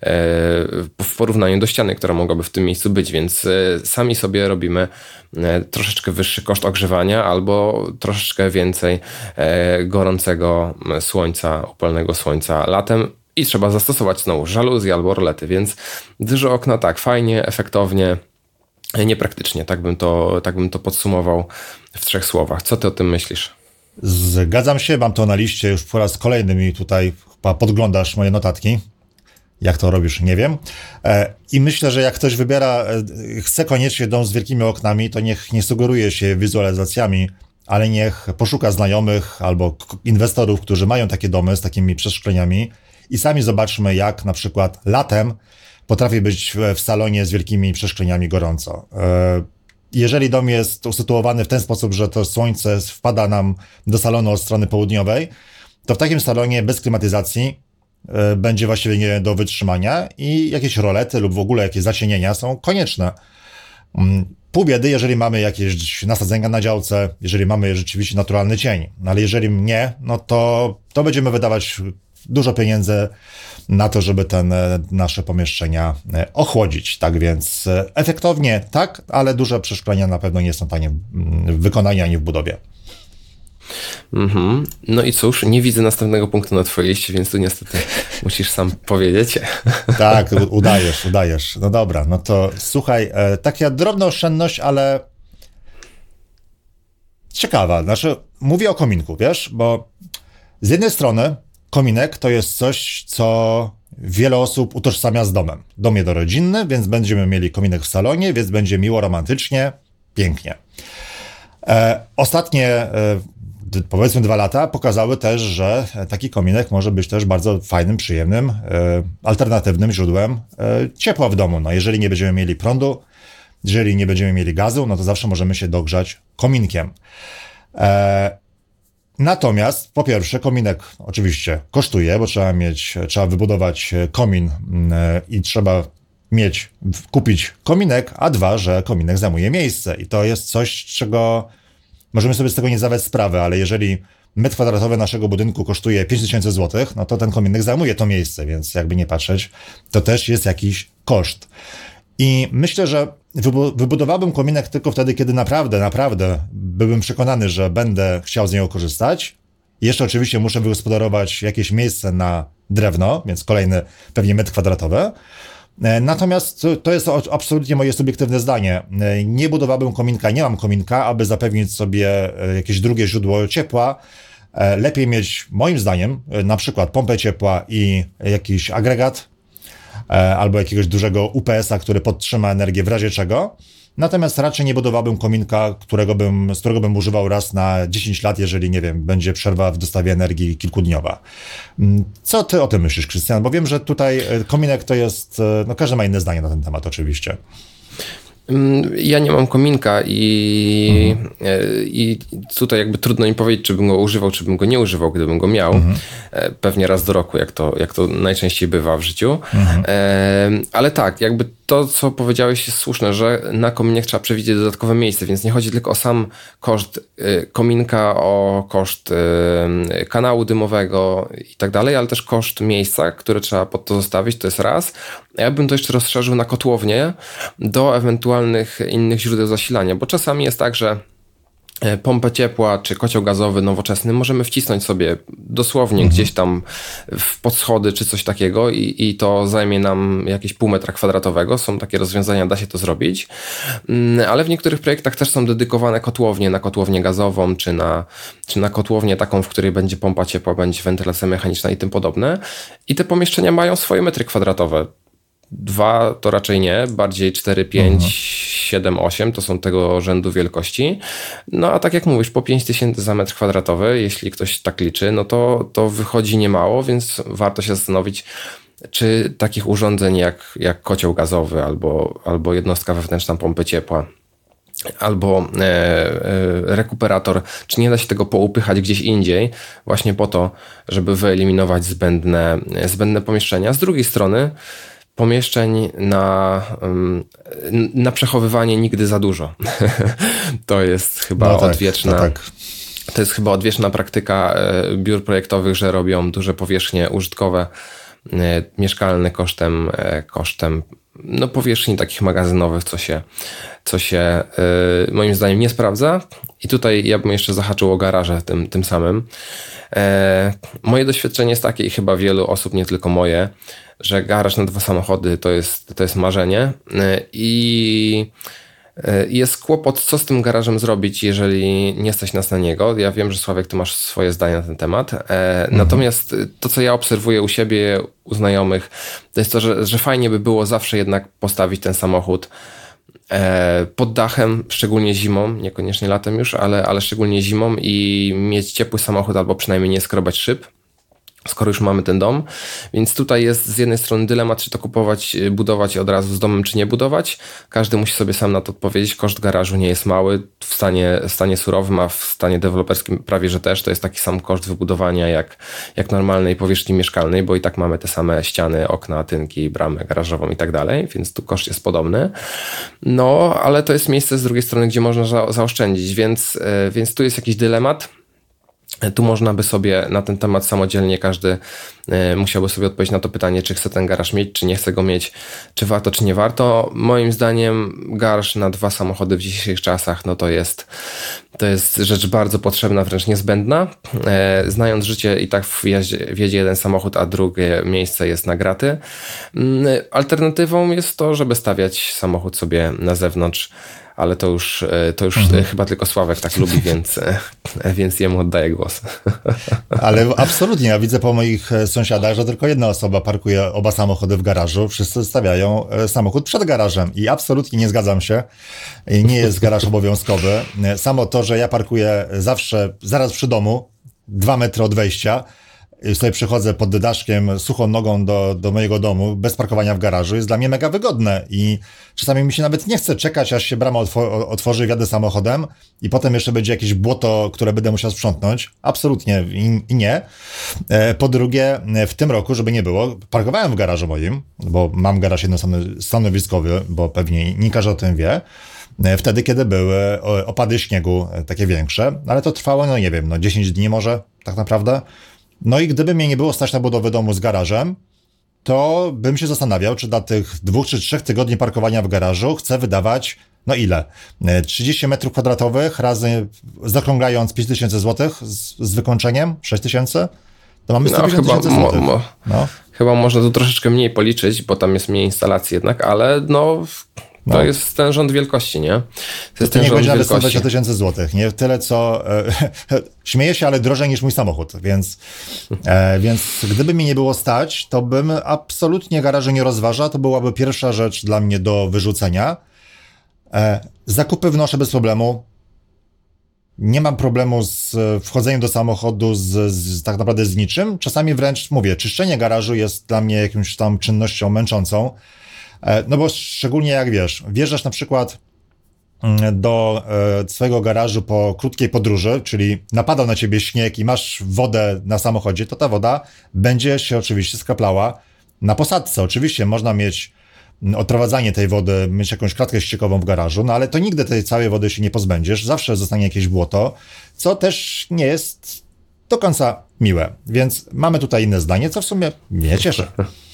[SPEAKER 2] w porównaniu do ściany, która mogłaby w tym miejscu być, więc sami sobie robimy troszeczkę wyższy koszt ogrzewania albo troszeczkę więcej gorącego słońca, upalnego słońca latem i trzeba zastosować znowu żaluzje albo rolety, więc duże okna tak, fajnie, efektownie, niepraktycznie, tak bym to podsumował w 3 słowach. Co ty o tym myślisz?
[SPEAKER 1] Zgadzam się, mam to na liście już po raz kolejny i tutaj chyba podglądasz moje notatki. Jak to robisz, nie wiem. I myślę, że jak ktoś chce koniecznie dom z wielkimi oknami, to niech nie sugeruje się wizualizacjami, ale niech poszuka znajomych albo inwestorów, którzy mają takie domy z takimi przeszkleniami i sami zobaczmy, jak na przykład latem potrafi być w salonie z wielkimi przeszkleniami gorąco. Jeżeli dom jest usytuowany w ten sposób, że to słońce wpada nam do salonu od strony południowej, to w takim salonie bez klimatyzacji będzie właściwie nie do wytrzymania i jakieś rolety lub w ogóle jakieś zacienienia są konieczne. Pół biedy, jeżeli mamy jakieś nasadzenia na działce, jeżeli mamy rzeczywiście naturalny cień, ale jeżeli nie, no to będziemy wydawać dużo pieniędzy na to, żeby nasze pomieszczenia ochłodzić. Tak więc efektownie tak, ale duże przeszklenia na pewno nie są tanie w wykonaniu ani w budowie.
[SPEAKER 2] No i cóż, nie widzę następnego punktu na twojej liście, więc tu niestety musisz sam powiedzieć.
[SPEAKER 1] Tak, udajesz. No dobra, no to słuchaj, taka drobna oszczędność, ale ciekawa. Znaczy, mówię o kominku, wiesz, bo z jednej strony kominek to jest coś, co wiele osób utożsamia z domem. Dom jednorodzinny, więc będziemy mieli kominek w salonie, więc będzie miło, romantycznie, pięknie. Ostatnie powiedzmy 2 lata pokazały też, że taki kominek może być też bardzo fajnym, przyjemnym, alternatywnym źródłem ciepła w domu. No, jeżeli nie będziemy mieli prądu, jeżeli nie będziemy mieli gazu, no to zawsze możemy się dogrzać kominkiem. Natomiast po pierwsze kominek oczywiście kosztuje, bo trzeba wybudować komin i trzeba kupić kominek, a 2, że kominek zajmuje miejsce i to jest coś, czego możemy sobie z tego nie zdawać sprawy, ale jeżeli metr kwadratowy naszego budynku kosztuje 5000 zł, no to ten kominek zajmuje to miejsce, więc jakby nie patrzeć, to też jest jakiś koszt. I myślę, że wybudowałbym kominek tylko wtedy, kiedy naprawdę byłbym przekonany, że będę chciał z niego korzystać. I jeszcze oczywiście muszę wygospodarować jakieś miejsce na drewno, więc kolejny pewnie metr kwadratowy. Natomiast to jest absolutnie moje subiektywne zdanie. Nie budowałbym kominka, nie mam kominka, aby zapewnić sobie jakieś drugie źródło ciepła. Lepiej mieć, moim zdaniem, na przykład pompę ciepła i jakiś agregat albo jakiegoś dużego UPS-a, który podtrzyma energię w razie czego. Natomiast raczej nie budowałbym kominka, z którego bym używał raz na 10 lat, jeżeli, nie wiem, będzie przerwa w dostawie energii kilkudniowa. Co ty o tym myślisz, Krystian? Bo wiem, że tutaj kominek to jest, no każdy ma inne zdanie na ten temat oczywiście.
[SPEAKER 2] Ja nie mam kominka i tutaj jakby trudno mi powiedzieć, czy bym go używał, czy bym go nie używał, gdybym go miał. Pewnie raz do roku, jak to najczęściej bywa w życiu. Ale tak, jakby to, co powiedziałeś, jest słuszne, że na kominek trzeba przewidzieć dodatkowe miejsce, więc nie chodzi tylko o sam koszt kominka, o koszt kanału dymowego i tak dalej, ale też koszt miejsca, które trzeba pod to zostawić, to jest raz. Ja bym to jeszcze rozszerzył na kotłownię do ewentualnych innych źródeł zasilania, bo czasami jest tak, że pompę ciepła czy kocioł gazowy nowoczesny możemy wcisnąć sobie dosłownie gdzieś tam w podschody czy coś takiego i to zajmie nam jakieś pół metra kwadratowego. Są takie rozwiązania, da się to zrobić, ale w niektórych projektach też są dedykowane kotłownie na kotłownię gazową czy na kotłownię taką, w której będzie pompa ciepła, będzie wentylacja mechaniczna i tym podobne. I te pomieszczenia mają swoje metry kwadratowe. 2 to raczej nie, bardziej 4, 5, 7, 8 to są tego rzędu wielkości. No a tak jak mówisz, po 5000 za metr kwadratowy, jeśli ktoś tak liczy, no to wychodzi niemało, więc warto się zastanowić, czy takich urządzeń jak kocioł gazowy albo jednostka wewnętrzna pompy ciepła, albo rekuperator, czy nie da się tego poupychać gdzieś indziej, właśnie po to, żeby wyeliminować zbędne pomieszczenia. Z drugiej strony pomieszczeń na przechowywanie nigdy za dużo. To jest chyba odwieczna. Tak. To jest chyba odwieczna praktyka biur projektowych, że robią duże powierzchnie użytkowe, mieszkalne kosztem powierzchni takich magazynowych, co się moim zdaniem nie sprawdza. I tutaj ja bym jeszcze zahaczył o garaże tym samym. Moje doświadczenie jest takie i chyba wielu osób, nie tylko moje, że garaż na 2 samochody to jest marzenie i jest kłopot, co z tym garażem zrobić, jeżeli nie stać nas na niego. Ja wiem, że Sławek, ty masz swoje zdanie na ten temat. Natomiast to, co ja obserwuję u siebie, u znajomych, to jest to, że fajnie by było zawsze jednak postawić ten samochód pod dachem, szczególnie zimą, niekoniecznie latem już, ale szczególnie zimą i mieć ciepły samochód albo przynajmniej nie skrobać szyb, skoro już mamy ten dom. Więc tutaj jest z jednej strony dylemat, czy to kupować, budować od razu z domem, czy nie budować. Każdy musi sobie sam na to odpowiedzieć. Koszt garażu nie jest mały. W stanie surowym, a w stanie deweloperskim prawie że też. To jest taki sam koszt wybudowania jak normalnej powierzchni mieszkalnej, bo i tak mamy te same ściany, okna, tynki, bramę garażową i tak dalej, więc tu koszt jest podobny. No, ale to jest miejsce z drugiej strony, gdzie można zaoszczędzić, więc tu jest jakiś dylemat. Tu można by sobie na ten temat samodzielnie każdy musiałby sobie odpowiedzieć na to pytanie, czy chce ten garaż mieć, czy nie chce go mieć, czy warto, czy nie warto. Moim zdaniem garaż na 2 samochody w dzisiejszych czasach, no to jest rzecz bardzo potrzebna, wręcz niezbędna. Znając życie i tak wjedzie jeden samochód, a drugie miejsce jest na graty. Alternatywą jest to, żeby stawiać samochód sobie na zewnątrz, ale to już chyba tylko Sławek tak lubi, więc jemu oddaję głos.
[SPEAKER 1] Ale absolutnie, ja widzę po moich sąsiadach, że tylko jedna osoba parkuje oba samochody w garażu, wszyscy stawiają samochód przed garażem i absolutnie nie zgadzam się. Nie jest garaż obowiązkowy. Samo to, że ja parkuję zawsze zaraz przy domu, 2 metry od wejścia, sobie przychodzę pod daszkiem suchą nogą do mojego domu, bez parkowania w garażu, jest dla mnie mega wygodne i czasami mi się nawet nie chce czekać, aż się brama otworzy, wjadę samochodem i potem jeszcze będzie jakieś błoto, które będę musiał sprzątnąć. Absolutnie i nie. Po drugie, w tym roku, żeby nie było, parkowałem w garażu moim, bo mam garaż jednostanowiskowy, bo pewnie nie każdy o tym wie, wtedy, kiedy były opady śniegu takie większe, ale to trwało, no nie wiem, 10 dni może tak naprawdę. No i gdyby mnie nie było stać na budowę domu z garażem, to bym się zastanawiał, czy dla tych 2 czy 3 tygodni parkowania w garażu chcę wydawać, no ile? 30 metrów kwadratowych razy, zaokrąglając 5000 zł z wykończeniem, 6000? To mamy 150 tysięcy złotych.
[SPEAKER 2] Chyba można tu troszeczkę mniej policzyć, bo tam jest mniej instalacji jednak, ale to jest ten rząd wielkości, nie?
[SPEAKER 1] To jest ten rząd wielkości. 120 tysięcy złotych, nie? Tyle co... śmieję się, ale drożej niż mój samochód, więc gdyby mi nie było stać, to bym absolutnie garażu nie rozważał. To byłaby pierwsza rzecz dla mnie do wyrzucenia. Zakupy wnoszę bez problemu. Nie mam problemu z wchodzeniem do samochodu tak naprawdę z niczym. Czasami wręcz mówię, czyszczenie garażu jest dla mnie jakąś tam czynnością męczącą. No bo szczególnie jak wiesz, wjeżdżasz na przykład do swojego garażu po krótkiej podróży, czyli napadał na ciebie śnieg i masz wodę na samochodzie, to ta woda będzie się oczywiście skraplała na posadzce. Oczywiście można mieć odprowadzanie tej wody, mieć jakąś klatkę ściekową w garażu, no ale to nigdy tej całej wody się nie pozbędziesz, zawsze zostanie jakieś błoto, co też nie jest do końca miłe. Więc mamy tutaj inne zdanie, co w sumie mnie cieszy.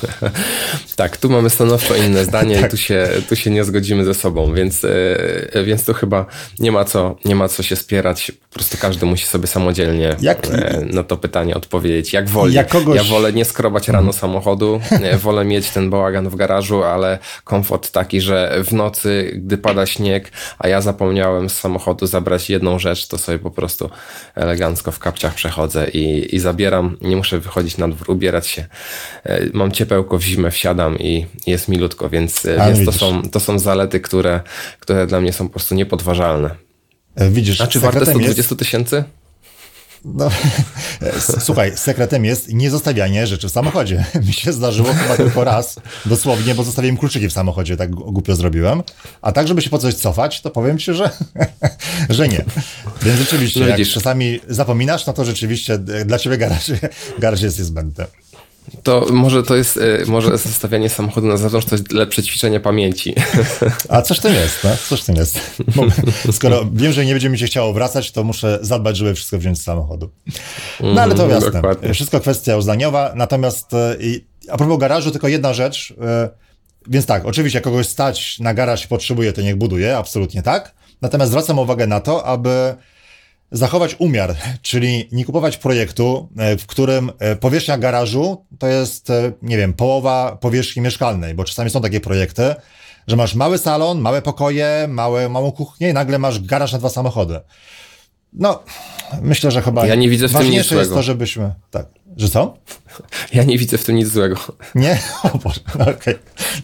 [SPEAKER 2] Tak, tu mamy stanowczo inne zdanie i tu się nie zgodzimy ze sobą, więc tu chyba nie ma co się spierać. Po prostu każdy musi sobie samodzielnie na to pytanie odpowiedzieć, jak woli. Ja wolę nie skrobać rano samochodu, wolę mieć ten bałagan w garażu, ale komfort taki, że w nocy, gdy pada śnieg, a ja zapomniałem z samochodu zabrać jedną rzecz, to sobie po prostu elegancko w kapciach przechodzę i zabieram. Nie muszę wychodzić na dwór, ubierać się. Mam ciepełko w zimę, wsiadam i jest milutko, więc to są zalety, które dla mnie są po prostu niepodważalne.
[SPEAKER 1] Widzisz,
[SPEAKER 2] a czy warte 120 000?
[SPEAKER 1] No, słuchaj, sekretem jest nie zostawianie rzeczy w samochodzie. Mi się zdarzyło chyba tylko raz, dosłownie, bo zostawiłem kluczyki w samochodzie, tak głupio zrobiłem. A tak, żeby się po coś cofać, to powiem ci, że nie. Więc rzeczywiście, no jak czasami zapominasz, no to rzeczywiście dla ciebie garaż jest niezbędny.
[SPEAKER 2] To może zostawianie samochodu na zewnątrz to jest lepsze ćwiczenie pamięci.
[SPEAKER 1] A coś w tym jest, no? Coś w tym jest. Bo skoro wiem, że nie będzie mi się chciało wracać, to muszę zadbać, żeby wszystko wziąć z samochodu. No ale to jasne. Dokładnie. Wszystko kwestia uznaniowa. Natomiast a propos garażu, tylko jedna rzecz. Więc tak, oczywiście jak kogoś stać na garaż i potrzebuje, to niech buduje, absolutnie tak. Natomiast zwracam uwagę na to, aby zachować umiar, czyli nie kupować projektu, w którym powierzchnia garażu to jest, nie wiem, połowa powierzchni mieszkalnej, bo czasami są takie projekty, że masz mały salon, małe pokoje, małą kuchnię i nagle masz garaż na 2 samochody. No, myślę, że chyba
[SPEAKER 2] ja nie widzę w tym nic złego.
[SPEAKER 1] Jest to, żebyśmy... Tak, że co?
[SPEAKER 2] Ja nie widzę w tym nic złego.
[SPEAKER 1] Nie? O Boże, no okej.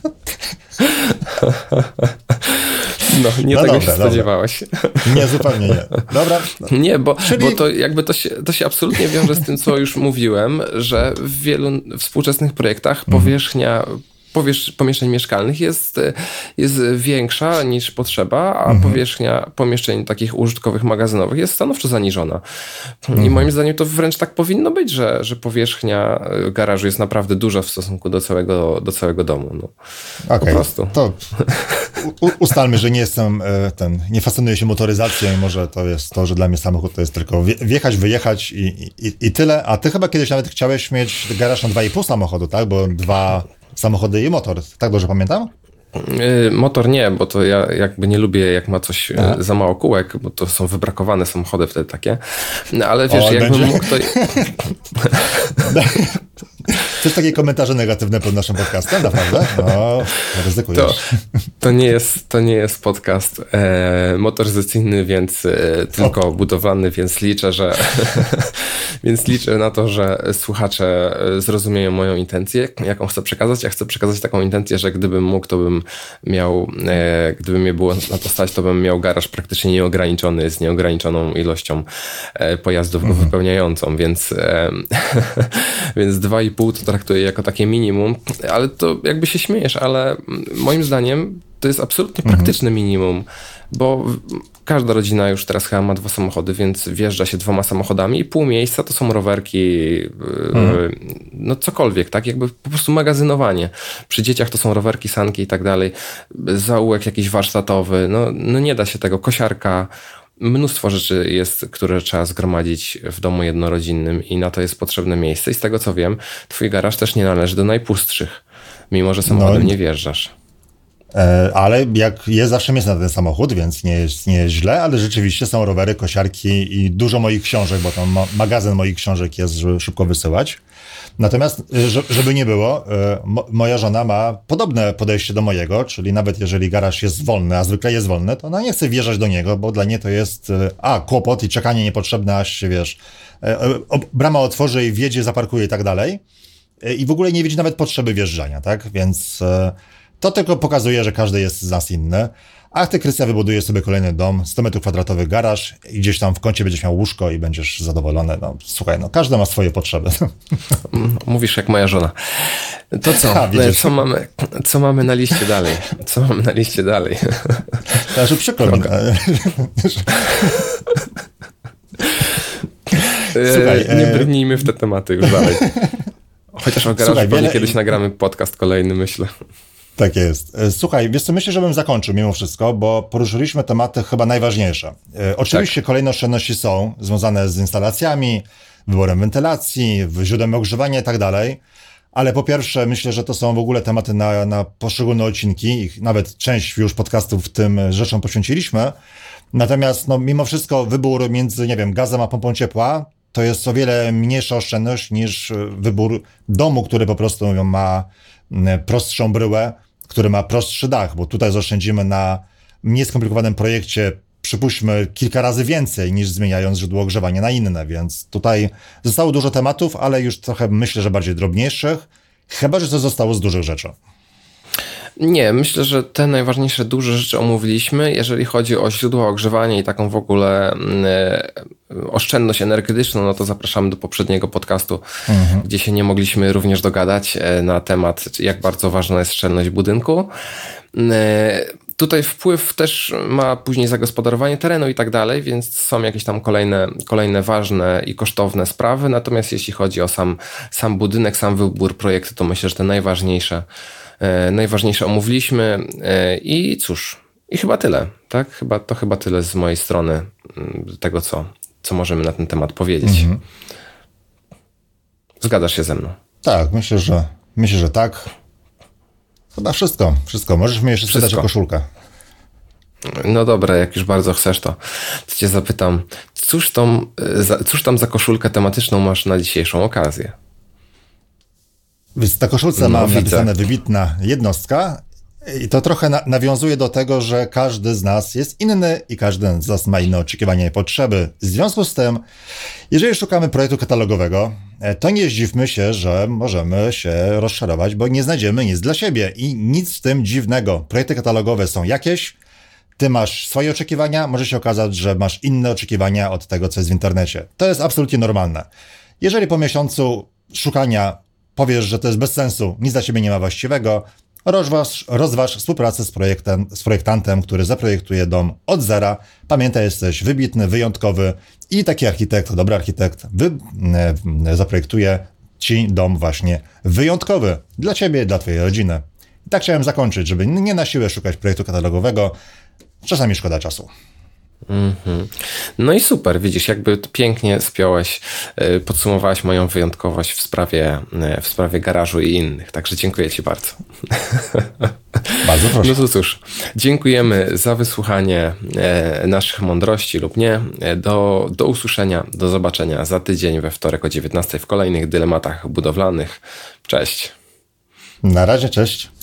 [SPEAKER 2] No, tego się spodziewałeś.
[SPEAKER 1] Nie, zupełnie nie. Dobra.
[SPEAKER 2] Nie, bo to jakby to się absolutnie wiąże z tym, co już mówiłem, że w wielu współczesnych projektach powierzchnia pomieszczeń mieszkalnych jest większa niż potrzeba, a powierzchnia pomieszczeń takich użytkowych, magazynowych jest stanowczo zaniżona. I moim zdaniem to wręcz tak powinno być, że powierzchnia garażu jest naprawdę duża w stosunku do całego domu. No.
[SPEAKER 1] Okay.
[SPEAKER 2] Po prostu.
[SPEAKER 1] To ustalmy, że nie jestem nie fascynuję się motoryzacją i może to jest to, że dla mnie samochód to jest tylko wjechać, wyjechać i tyle. A ty chyba kiedyś nawet chciałeś mieć garaż na 2,5 samochodu, tak? Bo 2 samochody i motor. Tak dobrze pamiętam?
[SPEAKER 2] Motor nie, bo to ja jakby nie lubię, jak ma coś za mało kółek, bo to są wybrakowane samochody wtedy takie. No, ale wiesz, jakbym mógł to...
[SPEAKER 1] Coś takie komentarze negatywne pod naszym podcastem, naprawdę? No, ryzykujesz.
[SPEAKER 2] To nie jest podcast motoryzacyjny, więc tylko budowlany, więc liczę na to, że słuchacze zrozumieją moją intencję, jaką chcę przekazać. Ja chcę przekazać taką intencję, że gdybym mógł, to bym miał, gdyby mnie było na to stać, to bym miał garaż praktycznie nieograniczony, z nieograniczoną ilością pojazdów go wypełniającą, więc 2,5 to traktuję jako takie minimum, ale to jakby się śmiejesz, ale moim zdaniem to jest absolutnie praktyczne minimum, bo każda rodzina już teraz chyba ma 2 samochody, więc wjeżdża się 2 samochodami i pół miejsca to są rowerki, no cokolwiek, tak? Jakby po prostu magazynowanie. Przy dzieciach to są rowerki, sanki i tak dalej, zaułek jakiś warsztatowy, no nie da się tego, kosiarka, mnóstwo rzeczy jest, które trzeba zgromadzić w domu jednorodzinnym i na to jest potrzebne miejsce. I z tego co wiem, twój garaż też nie należy do najpustszych, mimo że samochodem nie wjeżdżasz.
[SPEAKER 1] Ale jak jest, zawsze jest na ten samochód, więc nie jest źle, ale rzeczywiście są rowery, kosiarki i dużo moich książek, bo tam magazyn moich książek jest, żeby szybko wysyłać. Natomiast, żeby nie było, moja żona ma podobne podejście do mojego, czyli nawet jeżeli garaż jest wolny, a zwykle jest wolny, to ona nie chce wjeżdżać do niego, bo dla niej to jest kłopot i czekanie niepotrzebne, aż się, brama otworzy i wjedzie, zaparkuje i tak dalej. I w ogóle nie widzi nawet potrzeby wjeżdżania, tak? Więc to tylko pokazuje, że każdy jest z nas inny. A ty, Krystian, wybudujesz sobie kolejny dom, 100 metrów kwadratowy garaż i gdzieś tam w kącie będziesz miał łóżko i będziesz zadowolony. No słuchaj, każdy ma swoje potrzeby.
[SPEAKER 2] Mówisz jak moja żona. To co? Co mamy na liście dalej? Co mamy na liście dalej?
[SPEAKER 1] Także przykro mi.
[SPEAKER 2] Słuchaj, nie brnijmy w te tematy już dalej. Chociaż o garażu pewnie kiedyś nagramy podcast kolejny, myślę.
[SPEAKER 1] Tak jest. Słuchaj, wiesz co, myślę, żebym zakończył mimo wszystko, bo poruszyliśmy tematy chyba najważniejsze. Oczywiście kolejne oszczędności są związane z instalacjami, wyborem wentylacji, źródłem ogrzewania i tak dalej, ale po pierwsze myślę, że to są w ogóle tematy na poszczególne odcinki. Ich nawet część już podcastów tym rzeczom poświęciliśmy. Natomiast no, mimo wszystko wybór między, nie wiem, gazem a pompą ciepła to jest o wiele mniejsza oszczędność niż wybór domu, który po prostu ma prostszą bryłę, który ma prostszy dach, bo tutaj zaoszczędzimy na mniej skomplikowanym projekcie, przypuśćmy, kilka razy więcej niż zmieniając źródło ogrzewania na inne, więc tutaj zostało dużo tematów, ale już trochę myślę, że bardziej drobniejszych, chyba że to zostało z dużych rzeczy.
[SPEAKER 2] Nie, myślę, że te najważniejsze duże rzeczy omówiliśmy. Jeżeli chodzi o źródła ogrzewania i taką w ogóle oszczędność energetyczną, no to zapraszamy do poprzedniego podcastu, gdzie się nie mogliśmy również dogadać na temat, jak bardzo ważna jest szczelność budynku. Tutaj wpływ też ma później zagospodarowanie terenu i tak dalej, więc są jakieś tam kolejne ważne i kosztowne sprawy. Natomiast jeśli chodzi o sam budynek, sam wybór projektu, to myślę, że te najważniejsze omówiliśmy i cóż, i chyba tyle, tak? Chyba tyle z mojej strony tego, co możemy na ten temat powiedzieć. Zgadzasz się ze mną?
[SPEAKER 1] Tak, myślę, że tak. Chyba wszystko. Możesz mnie jeszcze spytać o koszulkę.
[SPEAKER 2] No dobra, jak już bardzo chcesz, to cię zapytam, cóż tam za koszulkę tematyczną masz na dzisiejszą okazję?
[SPEAKER 1] Więc na koszulce mam napisane wybitna jednostka i to trochę nawiązuje do tego, że każdy z nas jest inny i każdy z nas ma inne oczekiwania i potrzeby. W związku z tym, jeżeli szukamy projektu katalogowego, to nie zdziwmy się, że możemy się rozczarować, bo nie znajdziemy nic dla siebie i nic w tym dziwnego. Projekty katalogowe są jakieś, ty masz swoje oczekiwania, może się okazać, że masz inne oczekiwania od tego, co jest w internecie. To jest absolutnie normalne. Jeżeli po miesiącu szukania powiesz, że to jest bez sensu, nic dla ciebie nie ma właściwego, rozważ współpracę z projektantem, który zaprojektuje dom od zera. Pamiętaj, jesteś wybitny, wyjątkowy i taki architekt, dobry architekt zaprojektuje ci dom właśnie wyjątkowy dla ciebie i dla twojej rodziny. I tak chciałem zakończyć, żeby nie na siłę szukać projektu katalogowego. Czasami szkoda czasu.
[SPEAKER 2] No i super, widzisz, jakby pięknie spiąłeś, podsumowałeś moją wyjątkowość w sprawie garażu i innych, także dziękuję ci bardzo.
[SPEAKER 1] Bardzo proszę.
[SPEAKER 2] No to cóż, dziękujemy za wysłuchanie naszych mądrości lub nie. Do usłyszenia, do zobaczenia za tydzień we wtorek o 19 w kolejnych dylematach budowlanych. Cześć.
[SPEAKER 1] Na razie, cześć.